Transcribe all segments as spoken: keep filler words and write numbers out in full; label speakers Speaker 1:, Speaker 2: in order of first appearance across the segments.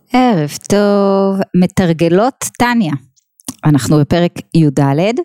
Speaker 1: ערב טוב, מתרגלות טניה. אנחנו בפרק י"ד.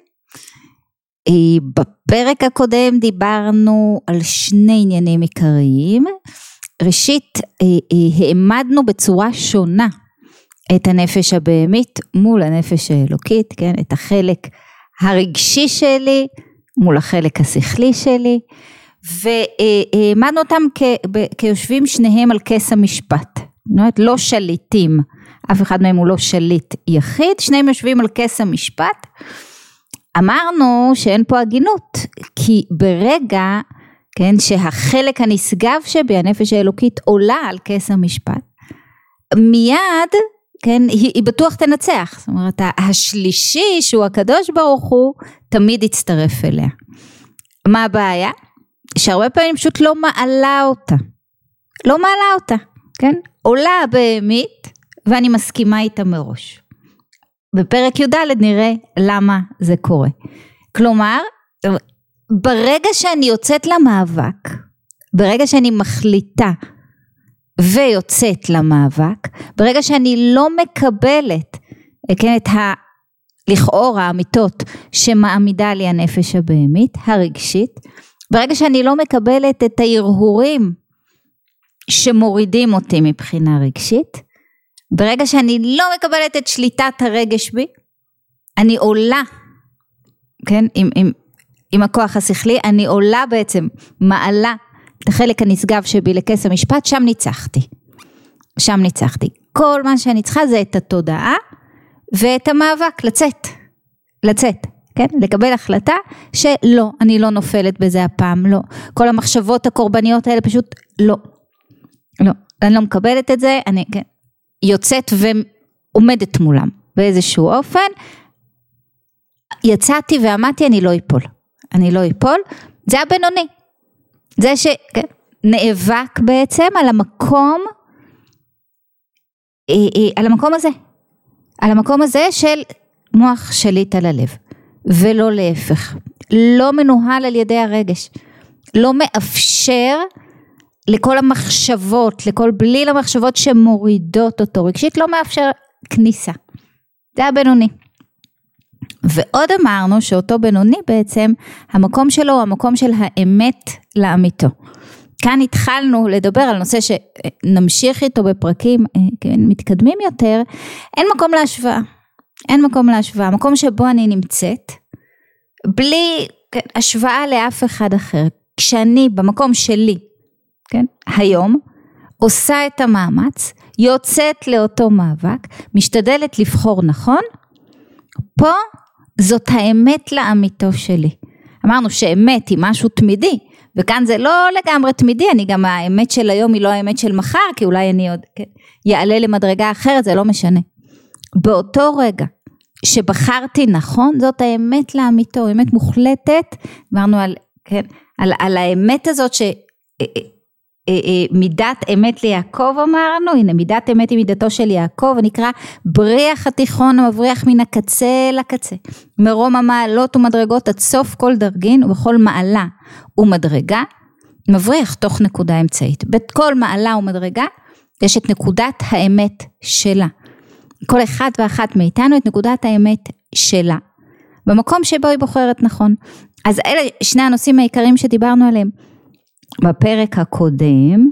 Speaker 1: בפרק הקודם דיברנו על שני עניינים עיקריים. ראשית, העמדנו בצורה שונה את הנפש הבהמית מול הנפש האלוקית, כן? את החלק הרגשי שלי מול החלק השכלי שלי, והעמדנו אותם כיושבים שניהם על כס המשפט. זאת אומרת, לא שליטים, אף אחד מהם הוא לא שליט יחיד, שניהם יושבים על כס המשפט. אמרנו שאין פה הגינות, כי ברגע, כן, שהחלק הנשגב שבי, הנפש האלוקית, עולה על כס המשפט, מיד, כן, היא, היא בטוח תנצח. זאת אומרת, השלישי, שהוא הקדוש ברוך הוא, תמיד יצטרף אליה. מה הבעיה? שהרבה פעמים פשוט לא מעלה אותה. לא מעלה אותה, כן? עולה בהמית, ואני מסכימה איתה מראש. בפרק י"ד נראה למה זה קורה. כלומר, ברגע שאני יוצאת למאבק, ברגע שאני מחליטה ויוצאת למאבק, ברגע שאני לא מקבלת, כן, את ה... לכאורה האמיתות שמעמידה לי הנפש הבהמית, הרגשית, ברגע שאני לא מקבלת את ההרהורים שמורידים אותי מבחינה רגשית, ברגע שאני לא מקבלת את שליטת הרגש בי, אני עולה, כן, עם, עם, עם הכוח השכלי, אני עולה בעצם, מעלה את החלק הנשגב שבי לכס המשפט, שם ניצחתי, שם ניצחתי. כל מה שאני צריכה זה את התודעה, ואת המאבק, לצאת, לצאת, כן? לקבל החלטה שלא, אני לא נופלת בזה הפעם, לא. כל המחשבות הקורבניות האלה פשוט לא, לא. אני לא מקבלת את זה, אני כן, יוצאת ועומדת מולם באיזשהו אופן, יצאתי ועמדתי, אני לא איפול, אני לא איפול, זה הבינוני, זה שנאבק בעצם על המקום, על המקום הזה, על המקום הזה של מוח שליט על הלב, ולא להפך, לא מנוהל על ידי הרגש, לא מאפשר לכל המחשבות, לכל בליל המחשבות שמורידות אותו, רגשית לא מאפשר כניסה, זה הבינוני. ועוד אמרנו שאותו בינוני בעצם, המקום שלו הוא המקום של האמת לאמיתו. כאן התחלנו לדבר על נושא שנמשיך איתו בפרקים מתקדמים יותר, אין מקום להשוואה, אין מקום להשוואה, מקום שבו אני נמצאת, בלי השוואה לאף אחד אחר, כשאני במקום שלי, כן, היום, עושה את המאמץ, יוצאת לאותו מאבק, משתדלת לבחור נכון, פה זאת האמת לאמיתו שלי. אמרנו שאמת היא משהו תמידי, וכאן זה לא לגמרי תמידי, אני גם האמת של היום היא לא האמת של מחר, כי אולי אני עוד כן, יעלה למדרגה אחרת, זה לא משנה. באותו רגע שבחרתי נכון, זאת האמת לאמיתו, אמת מוחלטת, אמרנו על, כן, על, על האמת הזאת ש... מידת אמת ליעקב אמרנו, הנה מידת אמת היא מידתו של יעקב, נקרא בריח התיכון המבריח מן הקצה לקצה, מרום המעלות ומדרגות עד סוף כל דרגין, ובכל מעלה ומדרגה, מבריח תוך נקודה אמצעית, בכל מעלה ומדרגה, יש את נקודת האמת שלה, כל אחד ואחת מאיתנו את נקודת האמת שלה, במקום שבו היא בוחרת נכון. אז אלה שני הנושאים העיקריים שדיברנו עליהם, בפרק הקודם,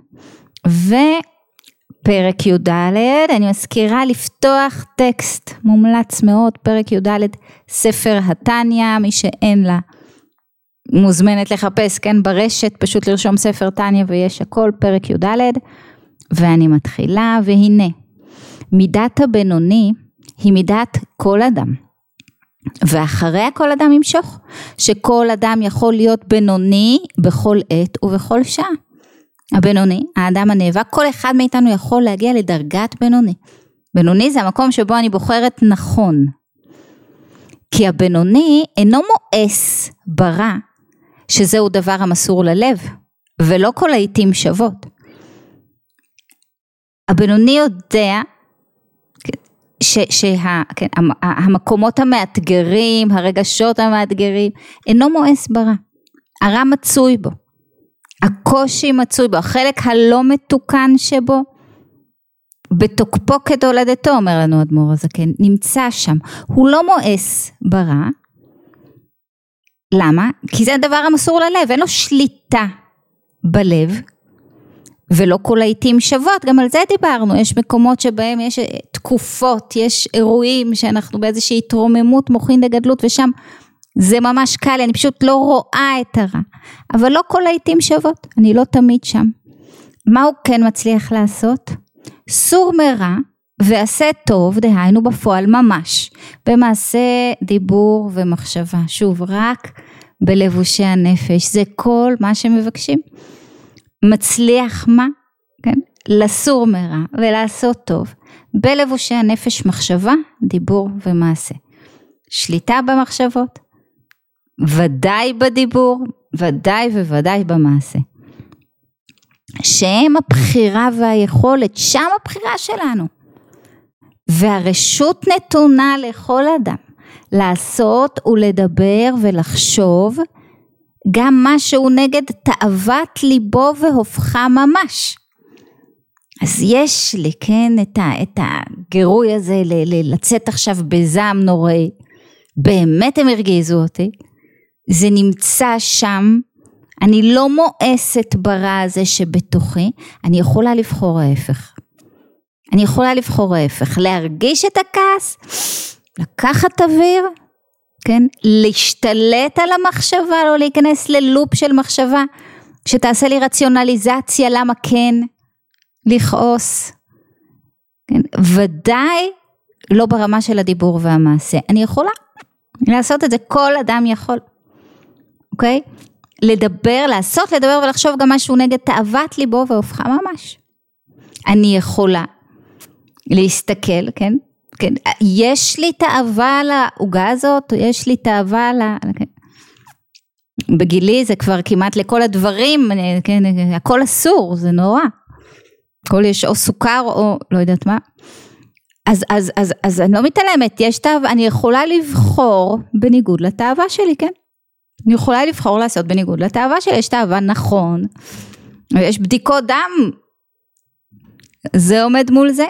Speaker 1: ופרק י"ד, אני מזכירה לפתוח טקסט מומלץ מאוד, פרק י"ד, ספר התניה, מי שאין לה, מוזמנת לחפש, כן, ברשת, פשוט לרשום ספר תניה ויש הכל, פרק י"ד, ואני מתחילה, והנה, מידת הבינוני היא מידת כל אדם, ואחריה כל אדם ימשוך, שכל אדם יכול להיות בינוני בכל עת ובכל שעה. הבינוני, האדם הנאבק, כל אחד מאיתנו יכול להגיע לדרגת בינוני. בינוני זה המקום שבו אני בוחרת נכון. כי הבינוני אינו מואס ברע, שזהו דבר המסור ללב, ולא כל העיתים שוות. הבינוני יודע, שהמקומות המאתגרים, הרגשות המאתגרים, אינו מואס ברע. הרע מצוי בו. הקושי מצוי בו, החלק הלא מתוקן שבו, בתוקפו כתולדתו, אומר לנו אדמו"ר הזקן, נמצא שם, הוא לא מואס ברע, למה? כי זה הדבר המסור ללב, אין לו שליטה בלב, ולא כל העיתים שוות, גם על זה דיברנו, יש מקומות שבהם יש תקופות, יש אירועים שאנחנו באיזושהי התרוממות מוחין לגדלות, ושם זה ממש קל, אני פשוט לא רואה את הרע, אבל לא כל העיתים שוות, אני לא תמיד שם. מה הוא כן מצליח לעשות? סור מרע ועשה טוב, דהיינו בפועל ממש, במעשה דיבור ומחשבה, שוב רק בלבושי הנפש, זה כל מה שמבקשים. מצליח מה? כן? לסור מרע ולעשות טוב, בלבושי הנפש מחשבה, דיבור ומעשה. שליטה במחשבות, ודאי בדיבור, ודאי וודאי במעשה. שהם הבחירה והיכולת, שם הבחירה שלנו. והרשות נתונה לכל אדם, לעשות ולדבר ולחשוב, גם משהו נגד תאוות ליבו והופכה ממש. אז יש לי, כן, את, ה, את הגירוי הזה, ל, ל, לצאת עכשיו בזעם נוראי, באמת הם הרגיזו אותי, זה נמצא שם, אני לא מואסת ברע הזה שבתוכי, אני יכולה לבחור ההפך. אני יכולה לבחור ההפך, להרגיש את הכעס, לקחת אוויר, כן? להשתלט על המחשבה, לא להיכנס ללופ של מחשבה, שתעשה לי רציונליזציה, למה כן לכעוס, כן? ודאי לא ברמה של הדיבור והמעשה, אני יכולה לעשות את זה, כל אדם יכול, אוקיי? לדבר, לעשות, לדבר ולחשוב גם משהו נגד תאוות ליבו והופכה ממש. אני יכולה להסתכל, כן? כן, יש לי תאווה לעוגה הזאת, יש לי תאווה ל... כן. בגילי זה כבר כמעט לכל הדברים, כן, הכל אסור, זה נורא. הכל יש או סוכר או לא יודעת מה. אז, אז, אז, אז אני לא מתעלמת, יש תאווה, אני יכולה לבחור בניגוד לתאווה שלי, כן? אני יכולה לבחור לעשות בניגוד לתאווה שלי, יש תאווה נכון, ויש בדיקות דם, זה עומד מול זה.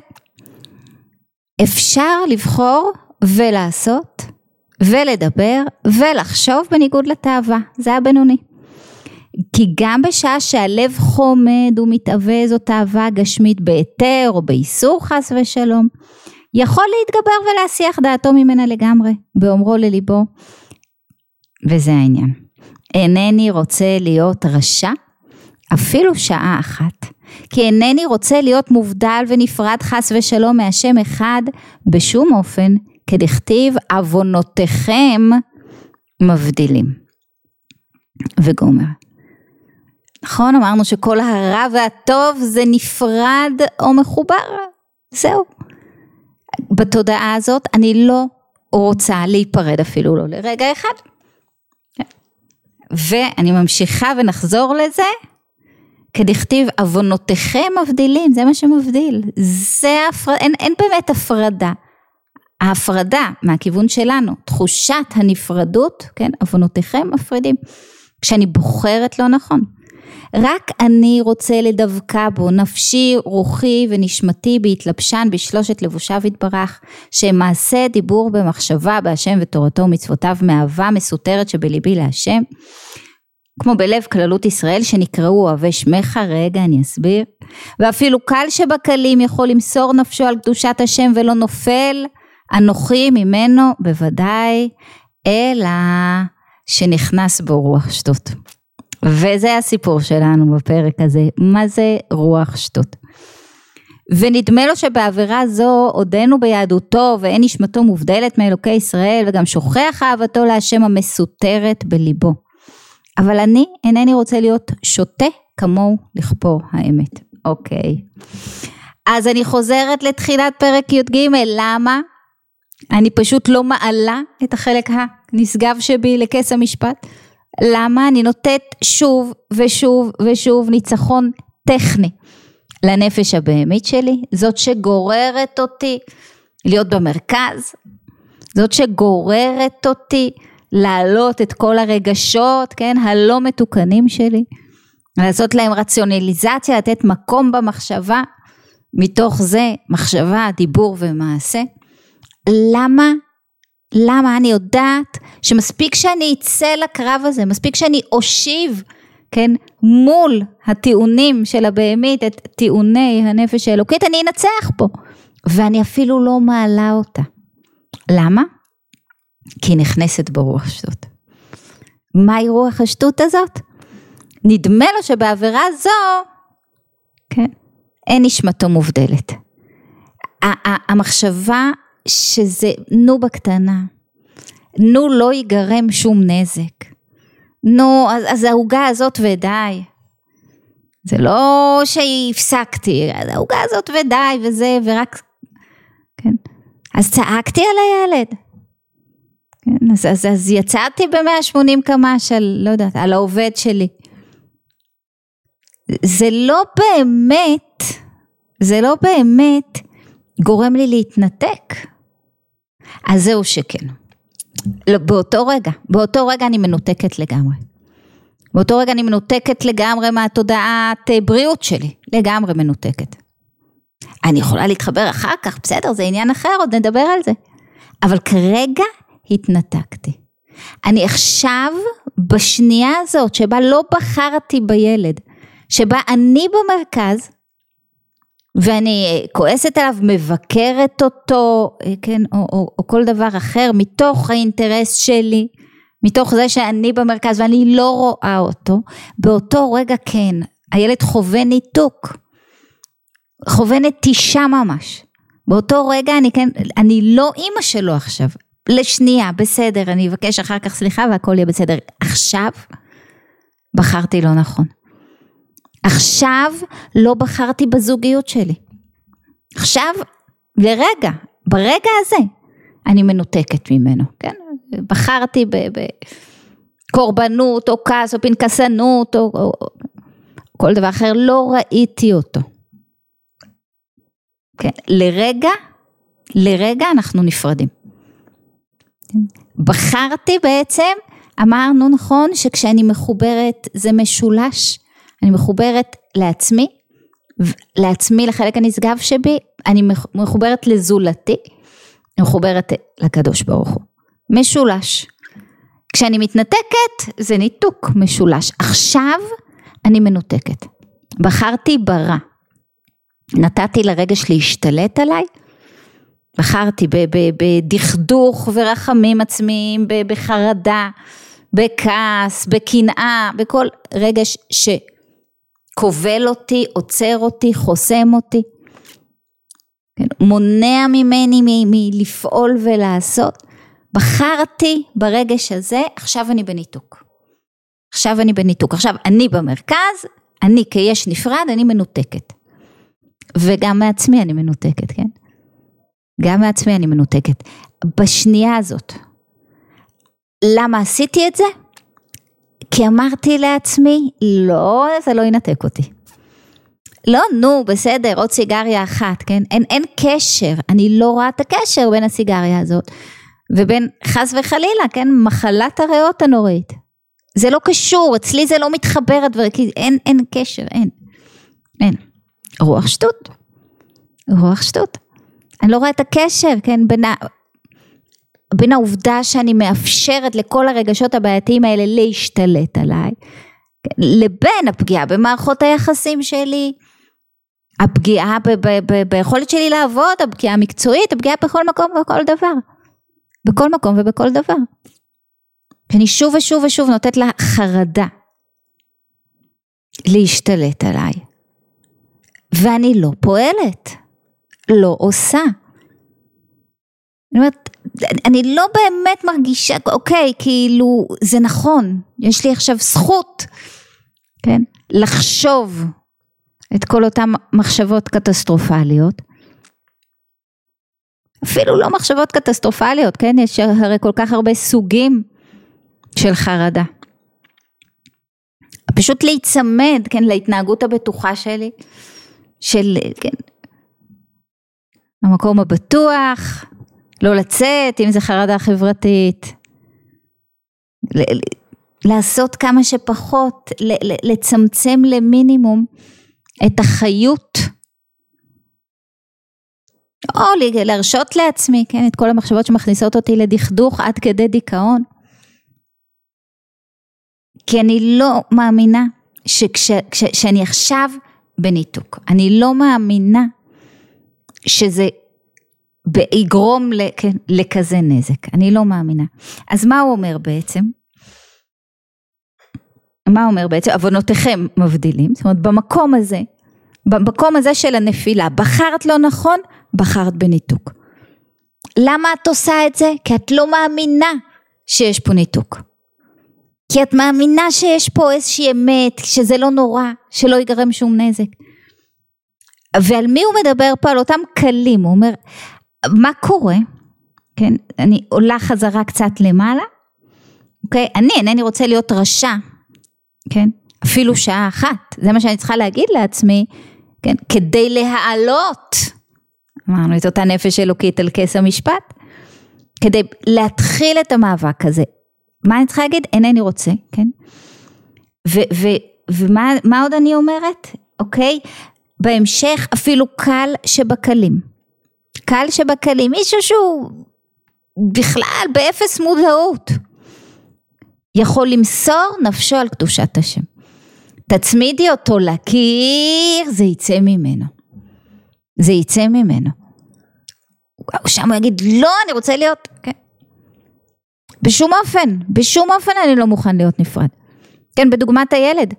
Speaker 1: אפשר לבחור ולעשות ולדבר ולחשוב בניגוד לתאווה, זה הבינוני. כי גם בשעה שהלב חומד ומתאווה, זו תאווה גשמית בהיתר או באיסור חס ושלום, יכול להתגבר ולהסיח דעתו ממנה לגמרי, באומרו לליבו, וזה העניין. אינני רוצה להיות רשע, אפילו שעה אחת, כי אינני רוצה להיות מובדל ונפרד חס ושלום מהשם אחד, בשום אופן, כדכתיב עוונותיכם מבדילים. וגומר. נכון, אמרנו שכל הרע והטוב זה נפרד או מחובר, זהו. בתודעה הזאת אני לא רוצה להיפרד אפילו לא לרגע אחד. ואני ממשיכה ונחזור לזה, כדכתיב עוונותיכם מבדילים, זה מה שמבדיל, זה הפרד... אין, אין באמת הפרדה, ההפרדה מהכיוון שלנו, תחושת הנפרדות, כן, עוונותיכם מפרידים, כשאני בוחרת לא נכון, רק אני רוצה לדווקא בו, נפשי, רוחי ונשמתי בהתלבשן בשלושת לבושיו יתברך, שמעשה דיבור במחשבה בהשם ותורתו ומצוותיו מאהבה מסותרת שבליבי להשם, כמו בלב כללות ישראל שנקראו אוהבי שמך, רגע אני אסביר, ואפילו קל שבקלים יכול למסור נפשו על קדושת השם ולא נופל אנוכי ממנו בוודאי, אלא שנכנס בו רוח שטות. וזה הסיפור שלנו בפרק הזה, מה זה רוח שטות. ונדמה לו שבעבירה זו עודנו ביהדותו ואין נשמתו מובדלת מאלוקי ישראל וגם שוכח אהבתו להשם המסותרת בליבו. אבל אני אינני רוצה להיות שוטה כמוהו לכפור האמת. אוקיי. אז אני חוזרת לתחילת פרק י"ג, למה? אני פשוט לא מעלה את החלק הנשגב שבי לכס המשפט. למה? אני נותנת שוב ושוב ושוב ניצחון טכני לנפש הבהמית שלי, זאת שגוררת אותי להיות במרכז, זאת שגוררת אותי להעלות את כל הרגשות, כן, הלא מתוקנים שלי, לעשות להם רציונליזציה, לתת מקום במחשבה, מתוך זה מחשבה, דיבור ומעשה. למה? למה אני יודעת שמספיק שאני אצא לקרב הזה, מספיק שאני אושיב, כן, מול הטיעונים של הבהמית, את טיעוני הנפש האלוקית, אני אנצח פה, ואני אפילו לא מעלה אותה. למה? כי היא נכנסת ברוח שטות. מהי רוח השטות הזאת? נדמה לו שבעבירה זו, כן, אין נשמתו מובדלת. המחשבה שזה נו בקטנה, נו לא ייגרם שום נזק, נו אז, אז ההוגה הזאת ודי, זה לא שהפסקתי, ההוגה הזאת ודי וזה ורק, כן, אז צעקתי על הילד, כן, אז, אז, אז יצאתי ב-מאה ושמונים קמ"ש על, לא יודעת, על העובד שלי, זה לא באמת, זה לא באמת גורם לי להתנתק. אז זהו שכן. לא, באותו רגע, באותו רגע אני מנותקת לגמרי. באותו רגע אני מנותקת לגמרי מהתודעת בריאות שלי, לגמרי מנותקת. אני יכולה להתחבר אחר כך, בסדר, זה עניין אחר, עוד נדבר על זה. אבל כרגע התנתקתי. אני עכשיו בשנייה הזאת, שבה לא בחרתי בילד, שבה אני במרכז, ואני כועסת עליו, מבקרת אותו, כן, או, או, או כל דבר אחר, מתוך האינטרס שלי, מתוך זה שאני במרכז, ואני לא רואה אותו, באותו רגע כן, הילד חווה ניתוק, חווה נטישה ממש, באותו רגע אני כן, אני לא אמא שלו עכשיו, לשנייה, בסדר, אני אבקש אחר כך סליחה, והכל יהיה בסדר, עכשיו, בחרתי לא נכון. עכשיו לא בחרתי בזוגיות שלי. עכשיו, לרגע, ברגע הזה, אני מנותקת ממנו, כן? בחרתי בקורבנות, או כעס, או פנקסנות, או, או, או כל דבר אחר, לא ראיתי אותו. כן? לרגע, לרגע אנחנו נפרדים. בחרתי בעצם, אמרנו נכון, שכשאני מחוברת, זה משולש, אני מחוברת לעצמי, לעצמי לחלק הנשגב שבי, אני מחוברת לזולתי, אני מחוברת לקדוש ברוך הוא. משולש. כשאני מתנתקת, זה ניתוק משולש. עכשיו אני מנותקת. בחרתי ברע. נתתי לרגש להשתלט עליי, בחרתי בדכדוך ורחמים עצמיים, בחרדה, בכעס, בקנאה, בכל רגש ש... כובל אותי, עוצר אותי, חוסם אותי, כן, מונע ממני מ- מלפעול ולעשות, בחרתי ברגש הזה, עכשיו אני בניתוק, עכשיו אני בניתוק, עכשיו אני במרכז, אני כיש נפרד, אני מנותקת, וגם מעצמי אני מנותקת, כן, גם מעצמי אני מנותקת, בשנייה הזאת, למה עשיתי את זה? כי אמרתי לעצמי, לא, זה לא ינתק אותי. לא, נו, בסדר, עוד סיגריה אחת, כן? אין, אין קשר, אני לא רואה את הקשר בין הסיגריה הזאת, ובין חס וחלילה, כן? מחלת הריאות הנוראית. זה לא קשור, אצלי זה לא מתחבר, כי אין, אין קשר, אין. אין. רוח שטות. רוח שטות. אני לא רואה את הקשר, כן? בין ה... בין העובדה שאני מאפשרת לכל הרגשות הבעייתיים האלה להשתלט עליי, לבין הפגיעה במערכות היחסים שלי, הפגיעה ב- ב- ב- ביכולת שלי לעבוד, הפגיעה המקצועית, הפגיעה בכל מקום ובכל דבר, בכל מקום ובכל דבר. אני שוב ושוב ושוב נותנת לה חרדה, להשתלט עליי, ואני לא פועלת, לא עושה. אני אומרת, אני לא באמת מרגישה, אוקיי, כאילו זה נכון, יש לי עכשיו זכות, כן, לחשוב את כל אותן מחשבות קטסטרופליות, אפילו לא מחשבות קטסטרופליות, כן, יש הרי כל כך הרבה סוגים של חרדה, פשוט להיצמד, כן, להתנהגות הבטוחה שלי, של, כן, המקום הבטוח, לא לצאת, אם זה חרדה חברתית, לעשות כמה שפחות, לצמצם למינימום את החיות או להרשות לעצמי, כן, את כל המחשבות שמכניסות אותי לדכדוך עד כדי דיכאון. כי אני לא מאמינה שכש, כש, שאני עכשיו בניתוק. אני לא מאמינה שזה יגרום כן, לכזה נזק. אני לא מאמינה. אז מה הוא אומר בעצם? מה הוא אומר בעצם? עוונותיכם מבדילים. זאת אומרת, במקום הזה, במקום הזה של הנפילה, בחרת לא נכון, בחרת בניתוק. למה את עושה את זה? כי את לא מאמינה שיש פה ניתוק. כי את מאמינה שיש פה איזושהי אמת, שזה לא נורא, שלא ייגרם שום נזק. ועל מי הוא מדבר פה? על אותם כלים. הוא אומר, מה קורה? כן, אני עולה חזרה קצת למעלה. אוקיי, אני אינני רוצה להיות רשע. כן, אפילו שעה אחת. זה מה שאני צריכה להגיד לעצמי, כן, כדי להעלות, אמרנו את אותה נפש אלוקית על כס המשפט, כדי להתחיל את המאבק הזה. מה אני צריכה להגיד? אינני רוצה, כן? ו- ו- ומה מה עוד אני אומרת? אוקיי? בהמשך אפילו קל שבקלים. קל שבקלים, מישהו שהוא בכלל באפס מודעות, יכול למסור נפשו על קדושת השם. תצמידי אותו לקיר, זה יצא ממנו. זה יצא ממנו. שם הוא יגיד, לא, אני רוצה להיות, כן. בשום אופן, בשום אופן אני לא מוכן להיות נפרד. כן, בדוגמת הילד.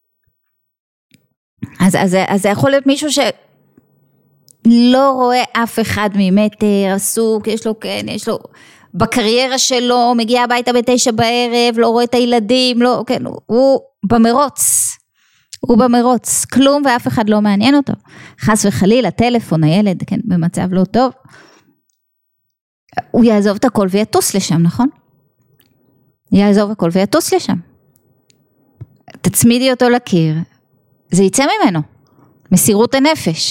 Speaker 1: אז, אז, אז זה יכול להיות מישהו שלא רואה אף אחד ממטר, עסוק, יש לו, כן, יש לו, בקריירה שלו, מגיע הביתה בתשע בערב, לא רואה את הילדים, לא, כן, הוא, הוא במרוץ. הוא במרוץ, כלום ואף אחד לא מעניין אותו. חס וחליל, הטלפון, הילד, כן, במצב לא טוב. הוא יעזוב את הכל ויטוס לשם, נכון? יעזוב הכל ויטוס לשם. תצמידי אותו לקיר, זה יצא ממנו. מסירות הנפש.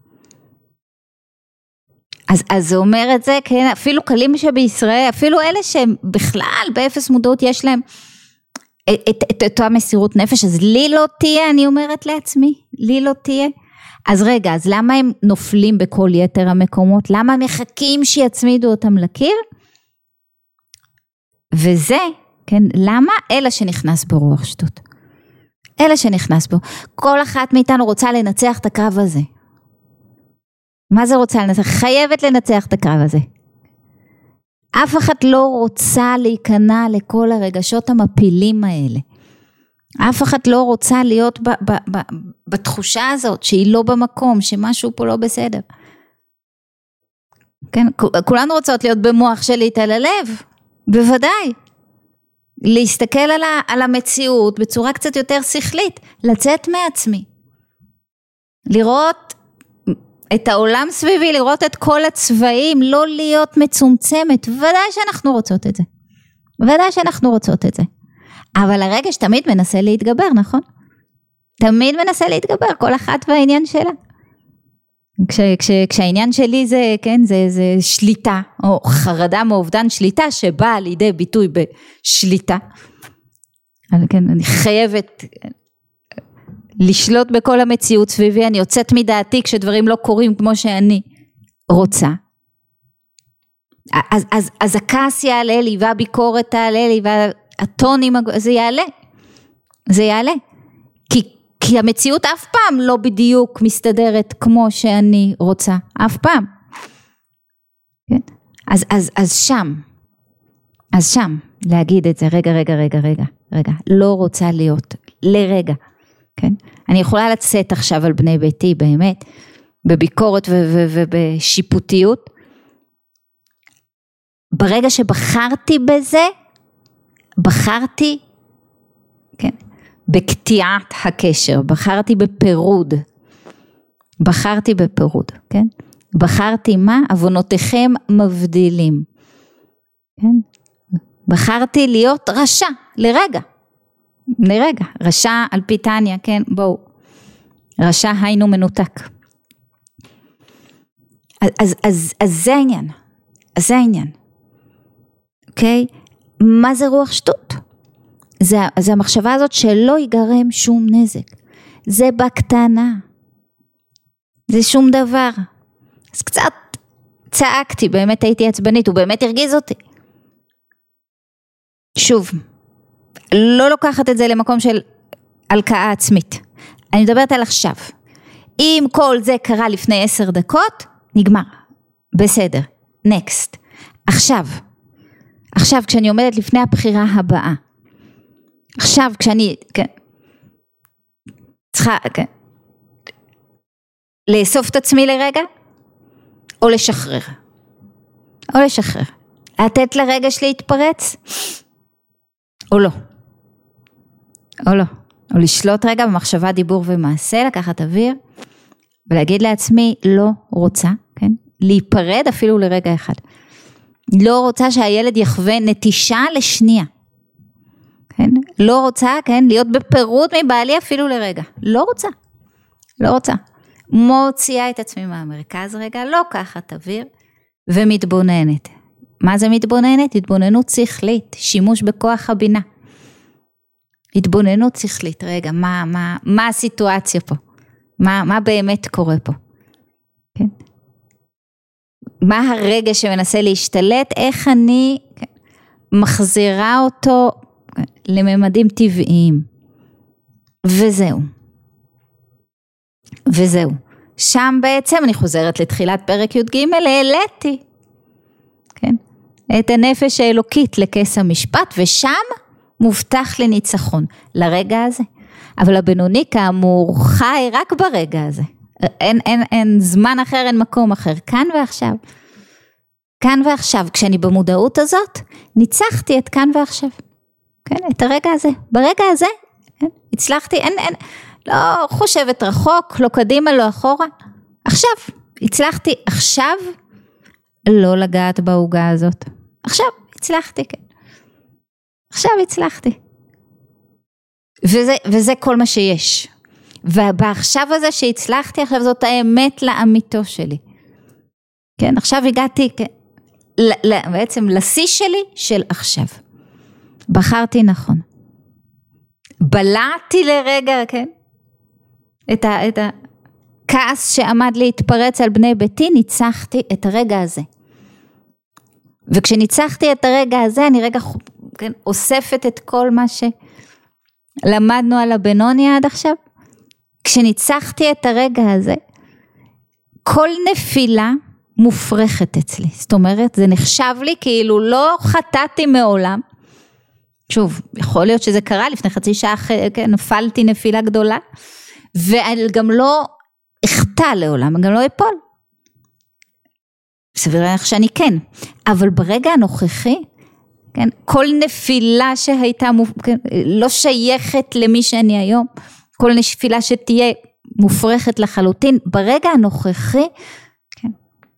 Speaker 1: אז, אז זה אומר את זה, כן, אפילו קלים שבישראל, אפילו אלה שהם בכלל באפס מודעות יש להם את, את, את אותה מסירות נפש, אז לי לא תהיה, אני אומרת לעצמי, לי לא תהיה. אז רגע, אז למה הם נופלים בכל יתר המקומות? למה מחכים שיצמידו אותם לקיר? וזה, כן, למה? אלא שנכנס בו רוח שטות. אלא שנכנס בו. כל אחת מאיתנו רוצה לנצח את הקרב הזה. מה זה רוצה לנצח? חייבת לנצח את הקרב הזה. אף אחת לא רוצה להיכנע לכל הרגשות המפילים האלה. אף אחת לא רוצה להיות ב, ב, ב, בתחושה הזאת שהיא לא במקום, שמשהו פה לא בסדר. כן, כולנו רוצות להיות במוח של להתעל הלב, בוודאי. להסתכל על, ה, על המציאות בצורה קצת יותר שכלית, לצאת מעצמי. לראות את העולם סביבי, לראות את כל הצבעים, לא להיות מצומצמת, ודאי שאנחנו רוצות את זה. ודאי שאנחנו רוצות את זה. אבל הרגש תמיד מנסה להתגבר, נכון? תמיד מנסה להתגבר, כל אחת והעניין שלה. כש, כש, כשהעניין שלי זה, כן, זה, זה שליטה, או חרדה מאובדן שליטה, שבאה לידי ביטוי בשליטה. אבל כן, אני חייבת לשלוט בכל המציאות סביבי, אני יוצאת מדעתי כשדברים לא קורים כמו שאני רוצה. אז, אז, אז הכעס יעלה לי, והביקורת תעלה לי, והטונים, זה יעלה. זה יעלה. כי, כי המציאות אף פעם לא בדיוק מסתדרת כמו שאני רוצה. אף פעם. כן? אז, אז, אז שם. אז שם. להגיד את זה, רגע, רגע, רגע, רגע, רגע. לא רוצה להיות. לרגע. כן? אני יכולה לצאת עכשיו על בני ביתי, באמת, בביקורת ובשיפוטיות. ברגע שבחרתי בזה, בחרתי, כן, בקטיעת הקשר, בחרתי בפירוד, בחרתי בפירוד, כן? בחרתי מה? עוונותיכם מבדילים, כן? בחרתי להיות רשע, לרגע, לרגע, רשע על פי תניא, כן? בואו, רשע היינו מנותק. אז, אז, אז, אז זה העניין, אז זה העניין. אוקיי? מה זה רוח שטות? זה, זה המחשבה הזאת שלא ייגרם שום נזק. זה בקטנה. זה שום דבר. אז קצת צעקתי, באמת הייתי עצבנית, הוא באמת הרגיז אותי. שוב, לא לוקחת את זה למקום של הלקאה עצמית. אני מדברת על עכשיו. אם כל זה קרה לפני עשר דקות, נגמר. בסדר. נקסט. עכשיו. עכשיו, כשאני עומדת לפני הבחירה הבאה. עכשיו, כשאני... כן, צריכה... כן, לאסוף את עצמי לרגע, או לשחרר. או לשחרר. לתת לרגש להתפרץ, או לא. או לא. או לשלוט רגע במחשבה, דיבור ומעשה, לקחת אוויר, ולהגיד לעצמי, לא רוצה, כן? להיפרד אפילו לרגע אחד. לא רוצה שהילד יחווה נטישה לשנייה. כן? לא רוצה, כן? להיות בפירוד מבעלי אפילו לרגע. לא רוצה. לא רוצה. מוציאה את עצמי מהמרכז רגע, לא כחת אוויר, ומתבוננת. מה זה מתבוננת? התבוננות שכלית, שימוש בכוח הבינה. התבוננות שכלית, רגע, מה, מה, מה הסיטואציה פה? מה, מה באמת קורה פה? כן? מה הרגע שמנסה להשתלט? איך אני מחזירה אותו לממדים טבעיים? וזהו. וזהו. שם בעצם אני חוזרת לתחילת פרק י' ג' העליתי. כן? את הנפש האלוקית לכס המשפט, ושם מובטח לניצחון, לרגע הזה. אבל הבינוני כאמור חי רק ברגע הזה. אין, אין, אין זמן אחר, אין מקום אחר. כאן ועכשיו. כאן ועכשיו. כשאני במודעות הזאת, ניצחתי את כאן ועכשיו. כן? את הרגע הזה. ברגע הזה, כן? הצלחתי, אין, אין, לא חושבת רחוק, לא קדימה, לא אחורה. עכשיו, הצלחתי עכשיו לא לגעת בהוגה הזאת. עכשיו, הצלחתי, כן. עכשיו הצלחתי. וזה, וזה כל מה שיש. ובעכשיו הזה שהצלחתי, עכשיו זאת האמת לאמיתו שלי. כן, עכשיו הגעתי, כן, ל, ל, בעצם לשיא שלי של עכשיו. בחרתי נכון. בלעתי לרגע, כן, את ה, את הכעס שעמד להתפרץ על בני ביתי, ניצחתי את הרגע הזה. וכשניצחתי את הרגע הזה, אני רגע, כן, אוספת את כל מה שלמדנו על הבינוני עד עכשיו. כשניצחתי את הרגע הזה, כל נפילה מופרכת אצלי. זאת אומרת, זה נחשב לי כאילו לא חטאתי מעולם. שוב, יכול להיות שזה קרה לפני חצי שעה, כן, נפלתי נפילה גדולה, וגם לא אחטא לעולם, גם לא אפול. סביר להניח שאני כן, אבל ברגע הנוכחי, כן, כל נפילה שהייתה, כן, לא שייכת למי שאני היום, כל נפילה שתהיה מופרכת לחלוטין, ברגע הנוכחי, כן,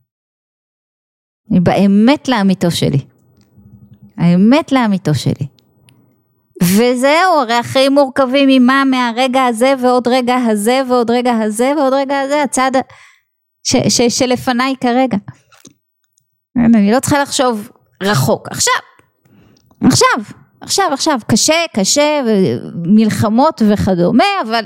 Speaker 1: היא באמת לאמיתו שלי, האמת לאמיתו שלי, וזהו, הרי הכי מורכבים ממה מהרגע הזה, ועוד רגע הזה, ועוד רגע הזה, ועוד רגע הזה, הצד ש, ש, שלפניי כרגע, אני לא צריכה לחשוב רחוק, עכשיו, עכשיו, עכשיו, עכשיו, קשה, קשה, מלחמות וכדומה, אבל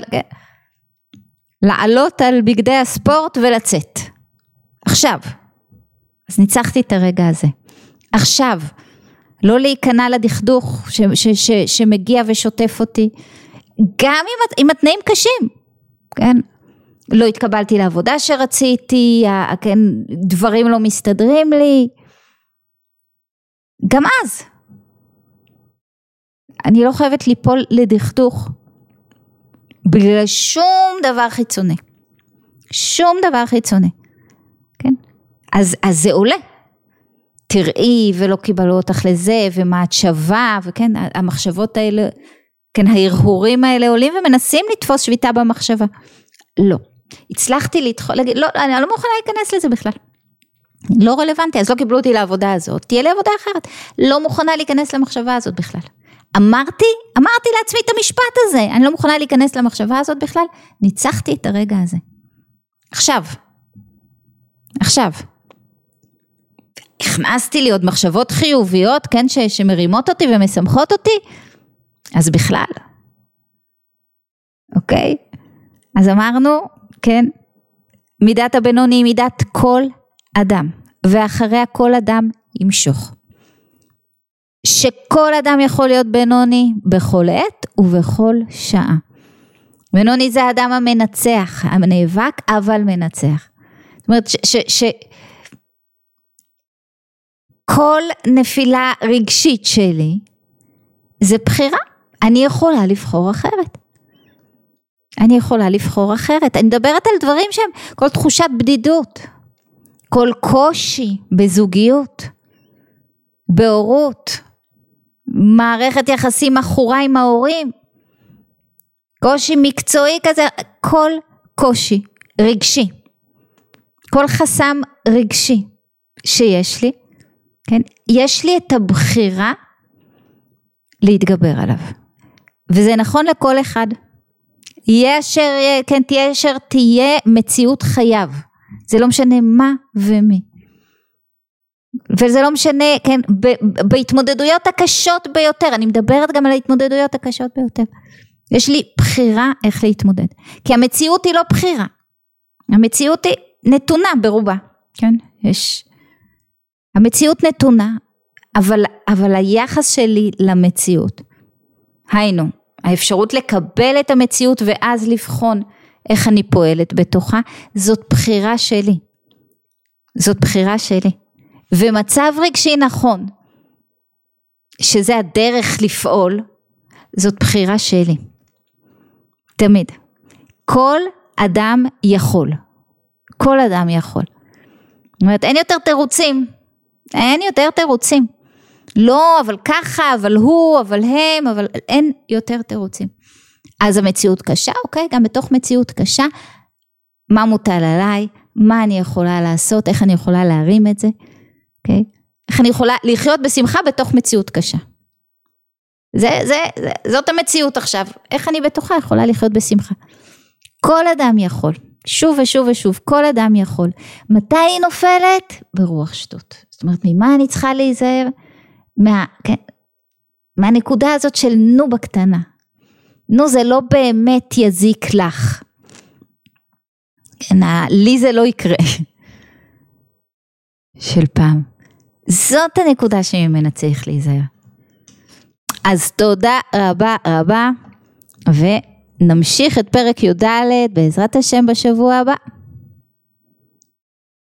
Speaker 1: לעלות על בגדי הספורט ולצאת. עכשיו, אז ניצחתי את הרגע הזה. עכשיו, לא להיכנע לדכדוך ש, ש, ש, שמגיע ושוטף אותי, גם עם, עם התנאים קשים, כן? לא התקבלתי לעבודה שרציתי, כן, דברים לא מסתדרים לי, גם אז, אני לא חייבת ליפול לדכדוך, בגלל שום דבר חיצוני, שום דבר חיצוני, כן? אז, אז זה עולה, תראי ולא קיבלו אותך לזה, ומה את שווה, וכן, המחשבות האלה, כן, ההרהורים האלה עולים, ומנסים לתפוס שביטה במחשבה, לא, הצלחתי לדחול, להגיד, לא, אני לא מוכנה להיכנס לזה בכלל, לא רלוונטי, אז לא קיבלו אותי לעבודה הזאת, תהיה לי עבודה אחרת, לא מוכנה להיכנס למחשבה הזאת בכלל, אמרתי, אמרתי לעצמי את המשפט הזה, אני לא מוכנה להיכנס למחשבה הזאת בכלל, ניצחתי את הרגע הזה, עכשיו, עכשיו, הכנסתי לי עוד מחשבות חיוביות, כן, ש, שמרימות אותי ומשמחות אותי, אז בכלל, אוקיי, אז אמרנו, כן, מידת הבינוני היא מידת כל אדם, ואחריה כל אדם ימשוך. שכל אדם יכול להיות בינוני בכל עת ובכל שעה. בינוני זה האדם המנצח, הנאבק אבל מנצח. זאת אומרת ש... ש, ש כל נפילה רגשית שלי זה בחירה. אני יכולה לבחור אחרת. אני יכולה לבחור אחרת. אני מדברת על דברים שהם כל תחושת בדידות, כל קושי בזוגיות, בהורות, מערכת יחסים אחורה עם ההורים, קושי מקצועי כזה, כל קושי רגשי, כל חסם רגשי שיש לי, כן? יש לי את הבחירה להתגבר עליו. וזה נכון לכל אחד. יהיה אשר, כן, תהיה אשר תהיה מציאות חייו. זה לא משנה מה ומי. וזה לא משנה, כן, ב- בהתמודדויות הקשות ביותר, אני מדברת גם על ההתמודדויות הקשות ביותר. יש לי בחירה איך להתמודד. כי המציאות היא לא בחירה. המציאות היא נתונה ברובה. כן, יש... המציאות נתונה, אבל, אבל היחס שלי למציאות, היינו, האפשרות לקבל את המציאות ואז לבחון איך אני פועלת בתוכה, זאת בחירה שלי. זאת בחירה שלי. ומצב רגשי נכון, שזה הדרך לפעול, זאת בחירה שלי. תמיד. כל אדם יכול. כל אדם יכול. זאת אומרת, אין יותר תירוצים. אין יותר תירוצים. לא, אבל ככה, אבל הוא, אבל הם, אבל אין יותר תירוצים. אז המציאות קשה, אוקיי? גם בתוך מציאות קשה, מה מוטל עליי? מה אני יכולה לעשות? איך אני יכולה להרים את זה? אוקיי? איך אני יכולה לחיות בשמחה בתוך מציאות קשה? זה, זה, זה, זאת המציאות עכשיו. איך אני בתוכה יכולה לחיות בשמחה? כל אדם יכול. שוב ושוב ושוב, כל אדם יכול. מתי היא נופלת? ברוח שטות. זאת אומרת, ממה אני צריכה להיזהר? מה, כן, מהנקודה הזאת של נו בקטנה. נו, זה לא באמת יזיק לך. כן, לי זה לא יקרה. של פעם. זאת הנקודה שממנה צריך להיזהר. אז תודה רבה רבה, ונמשיך את פרק י"ד בעזרת השם בשבוע הבא.